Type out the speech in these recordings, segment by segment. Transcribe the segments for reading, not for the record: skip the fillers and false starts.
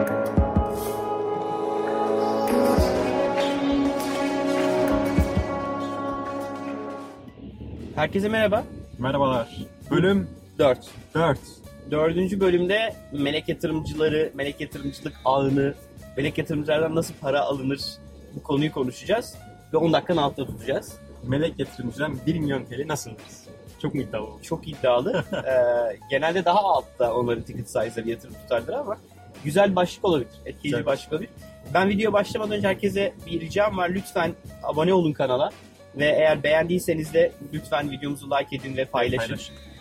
Herkese merhaba. Merhabalar. Bölüm 4. 4. Dördüncü bölümde melek yatırımcıları, melek yatırımcılık ağını, melek yatırımcılardan nasıl para alınır bu konuyu konuşacağız. Ve 10 dakikanın altında tutacağız. Melek yatırımcıdan 1 milyon TL nasıl alırız? Çok mu iddialı olur? Çok iddialı. Genelde daha altta onların ticket size'ları yatırım tutarlar ama güzel bir başlık olabilir. Etkileyici bir başlık olabilir. Ben videoya başlamadan önce herkese bir ricam var. Lütfen abone olun kanala. Ve eğer beğendiyseniz de lütfen videomuzu like edin ve paylaşın.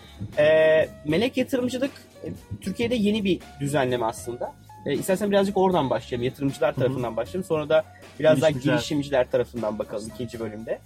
Melek yatırımcılık Türkiye'de yeni bir düzenleme aslında. İstersen birazcık oradan başlayalım. Yatırımcılar tarafından başlayalım. Sonra da biraz daha girişimciler tarafından bakalım ikinci bölümde.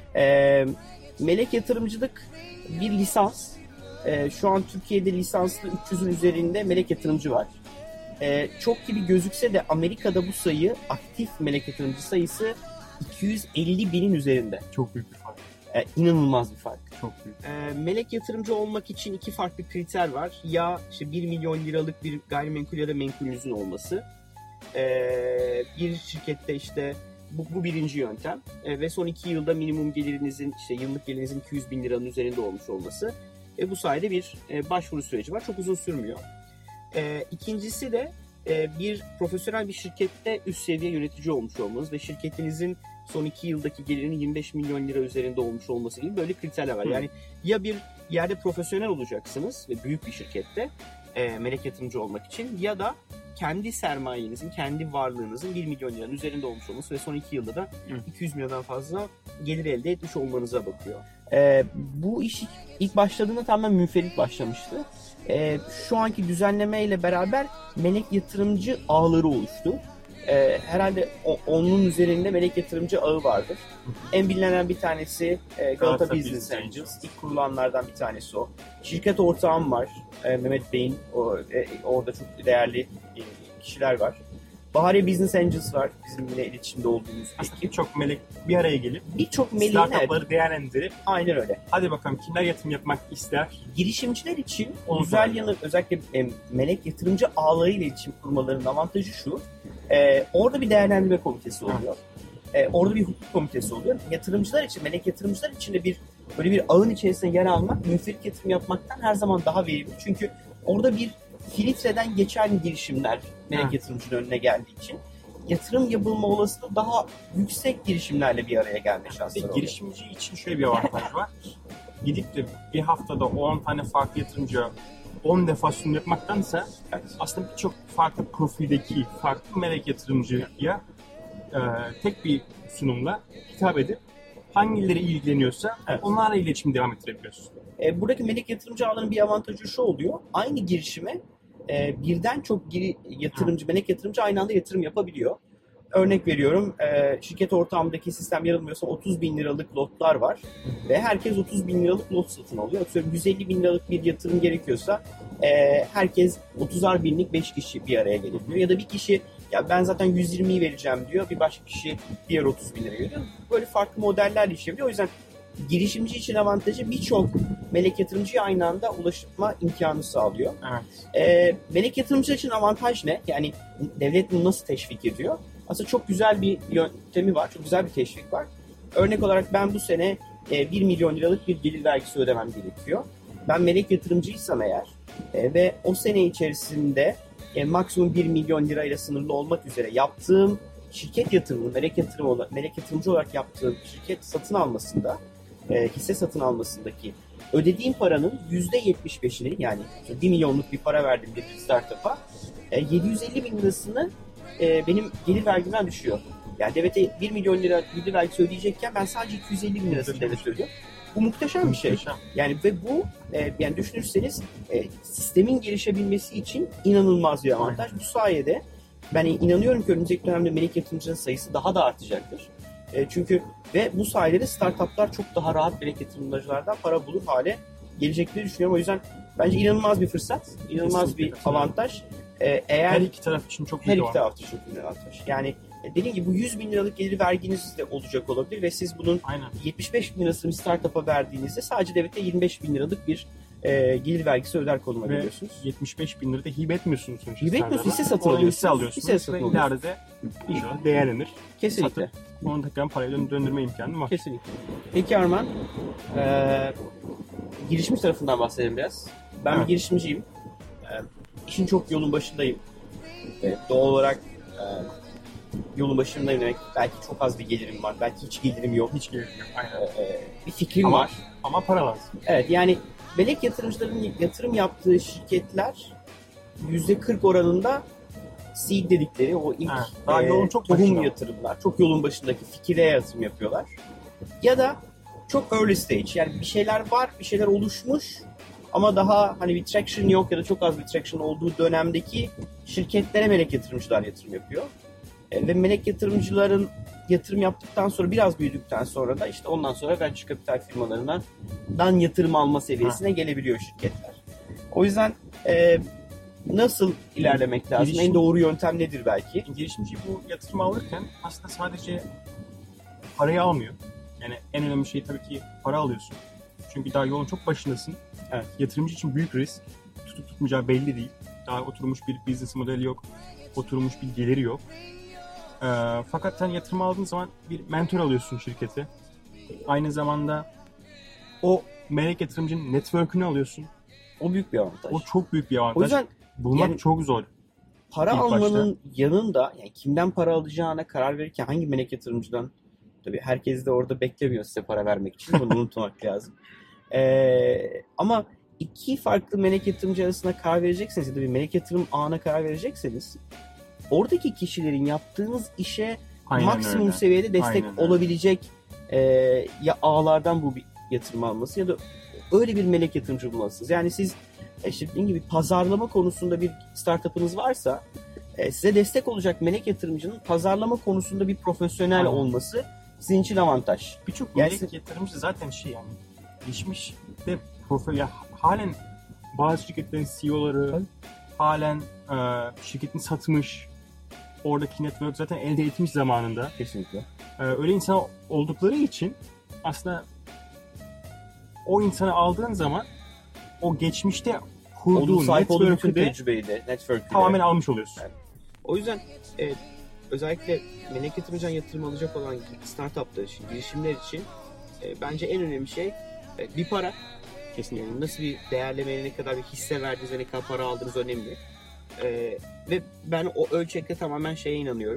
Melek yatırımcılık bir lisans. Şu an Türkiye'de lisanslı 300'ün üzerinde melek yatırımcı var. Çok gibi gözükse de Amerika'da bu sayı, aktif melek yatırımcı sayısı 250 binin üzerinde. Çok büyük bir fark. İnanılmaz bir fark. Çok büyük. Melek yatırımcı olmak için iki farklı kriter var. Ya işte 1 milyon liralık bir gayrimenkul ya da menkulünüzün olması. Bir şirkette işte bu birinci yöntem. Ve son 2 yılda minimum gelirinizin, işte yıllık gelirinizin 200 bin liranın üzerinde olmuş olması. Bu sayede bir başvuru süreci var. Çok uzun sürmüyor. İkincisi de bir profesyonel bir şirkette üst seviye yönetici olmuş olmanız ve şirketinizin son 2 yıldaki gelirinin 25 milyon lira üzerinde olmuş olması gibi böyle kriterler var. Yani ya bir yerde profesyonel olacaksınız ve büyük bir şirkette melek yatırımcı olmak için ya da kendi sermayenizin, kendi varlığınızın 1 milyon liranın üzerinde olmuş olması ve son 2 yılda da 200 milyondan fazla gelir elde etmiş olmanıza bakıyor. Bu iş ilk başladığında tamamen münferit başlamıştı. Şu anki düzenleme ile beraber melek yatırımcı ağları oluştu. Herhalde onun üzerinde melek yatırımcı ağı vardır. En bilinen bir tanesi Galata Business Angels. İlk kurulanlardan bir tanesi o. Şirket ortağım var. Mehmet Bey'in orada çok değerli kişiler var. Bahariye Business Angels var. Bizim yine iletişimde olduğumuz. Aslında birçok melek bir araya gelip birçok meleğin startupları değerlendirip aynen öyle. Hadi bakalım kimler yatırım yapmak ister? Girişimciler için güzel yanı özellikle melek yatırımcı ağlarıyla iletişim kurmalarının avantajı şu. Orada bir değerlendirme komitesi oluyor. Orada bir hukuk komitesi oluyor. Yatırımcılar için, melek yatırımcılar için de böyle bir ağın içerisinde yer almak, münferit yatırım yapmaktan her zaman daha verimli. Çünkü orada bir filtreden geçen girişimler melek yatırımcının önüne geldiği için yatırım yapılma olasılığı daha yüksek girişimlerle bir araya gelme şansları oluyor. Girişimci için şöyle bir avantaj var. Gidip de bir haftada 10 tane farklı yatırımcıya 10 defa sunum yapmaktansa aslında birçok farklı profildeki farklı melek yatırımcıya tek bir sunumla hitap edip hangileri ilgileniyorsa onlarla iletişim devam ettirebiliyorsun. Buradaki melek yatırımcı ağlarının bir avantajı şu oluyor. Aynı girişime birden çok yatırımcı, melek yatırımcı aynı anda yatırım yapabiliyor. Örnek veriyorum, şirket ortamındaki sistem yanılmıyorsa 30 bin liralık lotlar var ve herkes 30 bin liralık lot satın alıyor. Atıyorum 150 bin liralık bir yatırım gerekiyorsa herkes 30'ar binlik 5 kişi bir araya gelebiliyor. Ya da bir kişi ya ben zaten 120'yi vereceğim diyor, bir başka kişi diğer 30 bin liraya veriyor. Böyle farklı modellerle işleyebiliyor. O yüzden girişimci için avantajı birçok melek yatırımcıya aynı anda ulaşma imkanı sağlıyor. Evet. Melek yatırımcı için avantaj ne? Yani devlet bunu nasıl teşvik ediyor? Aslında çok güzel bir yöntemi var, çok güzel bir teşvik var. Örnek olarak ben bu sene 1 milyon liralık bir gelir vergisi ödemem gerekiyor. Ben melek yatırımcıysam eğer ve o sene içerisinde maksimum 1 milyon lirayla sınırlı olmak üzere yaptığım şirket yatırımı, melek yatırımcı olarak yaptığım şirket satın almasında, hisse satın almasındaki ödediğim paranın %75'ini yani 1 milyonluk bir para verdim bir startup'a 750 bin lirasını benim gelir vergimden düşüyor. Yani devlete 1 milyon lira gelir vergisi ödeyecekken ben sadece 250 bin lirasını devlete ödüyorum. Bu muhteşem bir şey. Yani ve bu yani düşünürseniz sistemin gelişebilmesi için inanılmaz bir avantaj. Bu sayede ben inanıyorum ki önümüzdeki dönemde melek yatırımcının sayısı daha da artacaktır. Çünkü ve bu sayede de startuplar çok daha rahat melek yatırımcılardan para bulur hale gelecekleri düşünüyorum. O yüzden bence inanılmaz bir fırsat, inanılmaz kesinlikle bir avantaj. Her iki taraf için çok büyük avantaj. Yani dediğim gibi bu 100 bin liralık gelir verginiz de olacak olabilir ve siz bunun 75 bin lirasını bir startup'a verdiğinizde sadece devlete 25 bin liralık bir gelir vergisi öder konuma Ve geliyorsunuz. 75 bin lira da hibe etmiyorsunuz sonuçta. Hibe etmiyorsunuz, hisse satın Onu alıyorsunuz. hisse alıyorsunuz. Hisse satın Ve alıyorsunuz. ileride inşallah değerlenir. Kesinlikle. Satıp onu tekrar paraya döndürme imkanı var. Kesinlikle. Peki Arman, girişimci tarafından bahsedelim biraz. Ben bir girişimciyim. İşin çok yolun başındayım. Doğal olarak yolun başındayım demek. Belki çok az bir gelirim var. Belki hiç gelirim yok. Hiç gerek yok. Aynen. Bir fikrim var. Ama para lazım. Evet, yani melek yatırımcıların yatırım yaptığı şirketler %40 oranında seed dedikleri o ilk daha yolun çok tohum başında. yatırımlar. Çok yolun başındaki fikire yatırım yapıyorlar. Ya da çok early stage, yani bir şeyler var, bir şeyler oluşmuş ama daha hani bir traction yok ya da çok az bir traction olduğu dönemdeki şirketlere melek yatırımcılar yatırım yapıyor. Ve melek yatırımcıların yatırım yaptıktan sonra, biraz büyüdükten sonra da işte ondan sonra venture capital firmalarından yatırım alma seviyesine gelebiliyor şirketler. O yüzden nasıl ilerlemek lazım? En doğru yöntem nedir belki? Girişimci bu yatırım alırken aslında sadece parayı almıyor. Yani en önemli şey tabii ki para alıyorsun. Çünkü daha yolun çok başındasın. Evet. Yatırımcı için büyük risk. Tutup tutmayacağı belli değil. Daha oturmuş bir business modeli yok. Oturmuş bir geliri yok. Fakat sen yatırım aldığın zaman bir mentor alıyorsun şirkete. Aynı zamanda o melek yatırımcının network'ünü alıyorsun. O büyük bir avantaj. O çok büyük bir avantaj. O yüzden bulmak yani çok zor. para İlk almanın yanında, yani kimden para alacağına karar verirken hangi melek yatırımcıdan, tabii herkes de orada beklemiyor size para vermek için, bunu unutmak lazım. Ama iki farklı melek yatırımcı arasında karar verecekseniz ya da bir melek yatırım ağına karar verecekseniz oradaki kişilerin yaptığınız işe Aynen maksimum öyle. seviyede destek Aynen öyle. olabilecek ya ağlardan bu bir yatırım alması ya da öyle bir melek yatırımcı bulmalısınız. Yani siz işte dediğim gibi pazarlama konusunda bir startup'ınız varsa size destek olacak melek yatırımcının pazarlama konusunda bir profesyonel Aynen. olması sizin için avantaj. Birçok Yani melek yatırımcı zaten yani geçmiş de profil ya, halen bazı şirketlerin CEO'ları halen şirketini satmış, oradaki network zaten elde etmiş zamanında. Kesinlikle. Öyle insan oldukları için aslında o insanı aldığın zaman o geçmişte kurduğu Sahip olduğu bütün network'ü de tecrübeyi de, network'ü de. tamamen almış oluyorsun. Evet. O yüzden özellikle melek yatırımcıdan yatırım alacak olan startuplar için, girişimler için bence en önemli şey bir para. Kesinlikle. Yani nasıl bir değerlemeye, ne kadar bir hisse verdiğiniz, ne kadar para aldığınız önemli. Ve ben o ölçekte tamamen şeye inanıyorum.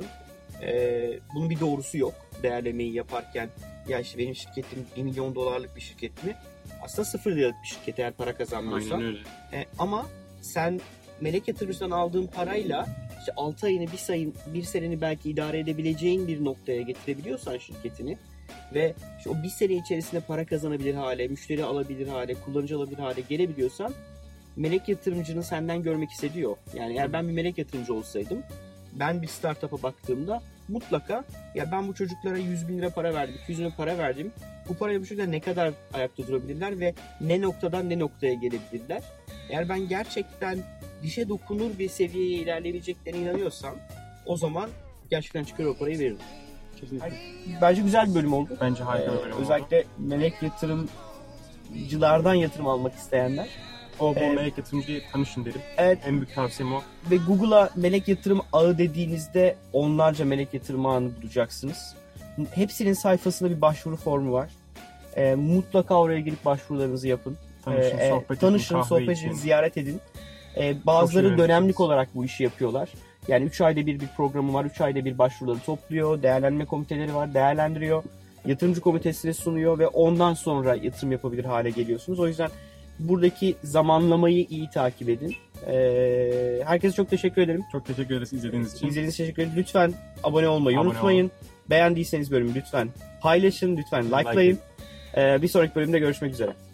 Bunun bir doğrusu yok. Değerlemeyi yaparken ya işte benim şirketim $1 milyon bir şirket mi? Aslında 0 liralık bir şirket eğer para kazanmıyorsa. Aynen öyle. Ama sen melek yatırımcıdan aldığın parayla işte 6 ayını, bir seneni belki idare edebileceğin bir noktaya getirebiliyorsan şirketini ve işte o bir sene içerisinde para kazanabilir hale, müşteri alabilir hale, kullanıcı alabilir hale gelebiliyorsan melek yatırımcının senden görmek istediği o. Yani eğer ben bir melek yatırımcı olsaydım, ben bir startup'a baktığımda mutlaka ya ben bu çocuklara 100 bin lira para verdim, 200 bin lira para verdim. Bu parayla bu çocuklar ne kadar ayakta durabilirler ve ne noktadan ne noktaya gelebilirler. Eğer ben gerçekten dişe dokunur bir seviyeye ilerleyebileceklerine inanıyorsam o zaman gerçekten çıkar o parayı veririm. Kesinlikle. Bence güzel bir bölüm oldu. Bence harika bir bölüm oldu. Özellikle melek yatırımcılardan yatırım almak isteyenler. O melek yatırımcıyla tanışın derim. Evet. En büyük tavsiyem o. Ve Google'a melek yatırım ağı dediğinizde onlarca melek yatırım ağını bulacaksınız. Hepsinin sayfasında bir başvuru formu var. Mutlaka oraya girip başvurularınızı yapın. Tanışın, sohbet edin, ziyaret edin. Bazıları dönemlik olarak bu işi yapıyorlar. Yani 3 ayda bir programı var. 3 ayda bir başvuruları topluyor. Değerlendirme komiteleri var. Değerlendiriyor. Yatırımcı komitesine sunuyor ve ondan sonra yatırım yapabilir hale geliyorsunuz. O yüzden buradaki zamanlamayı iyi takip edin. Herkese çok teşekkür ederim. Çok teşekkür ederiz izlediğiniz için. İzlediğiniz için teşekkür ederim. Lütfen abone olmayı unutmayın. Beğendiyseniz bölümü lütfen paylaşın. Lütfen likelayın. Bir sonraki bölümde görüşmek üzere.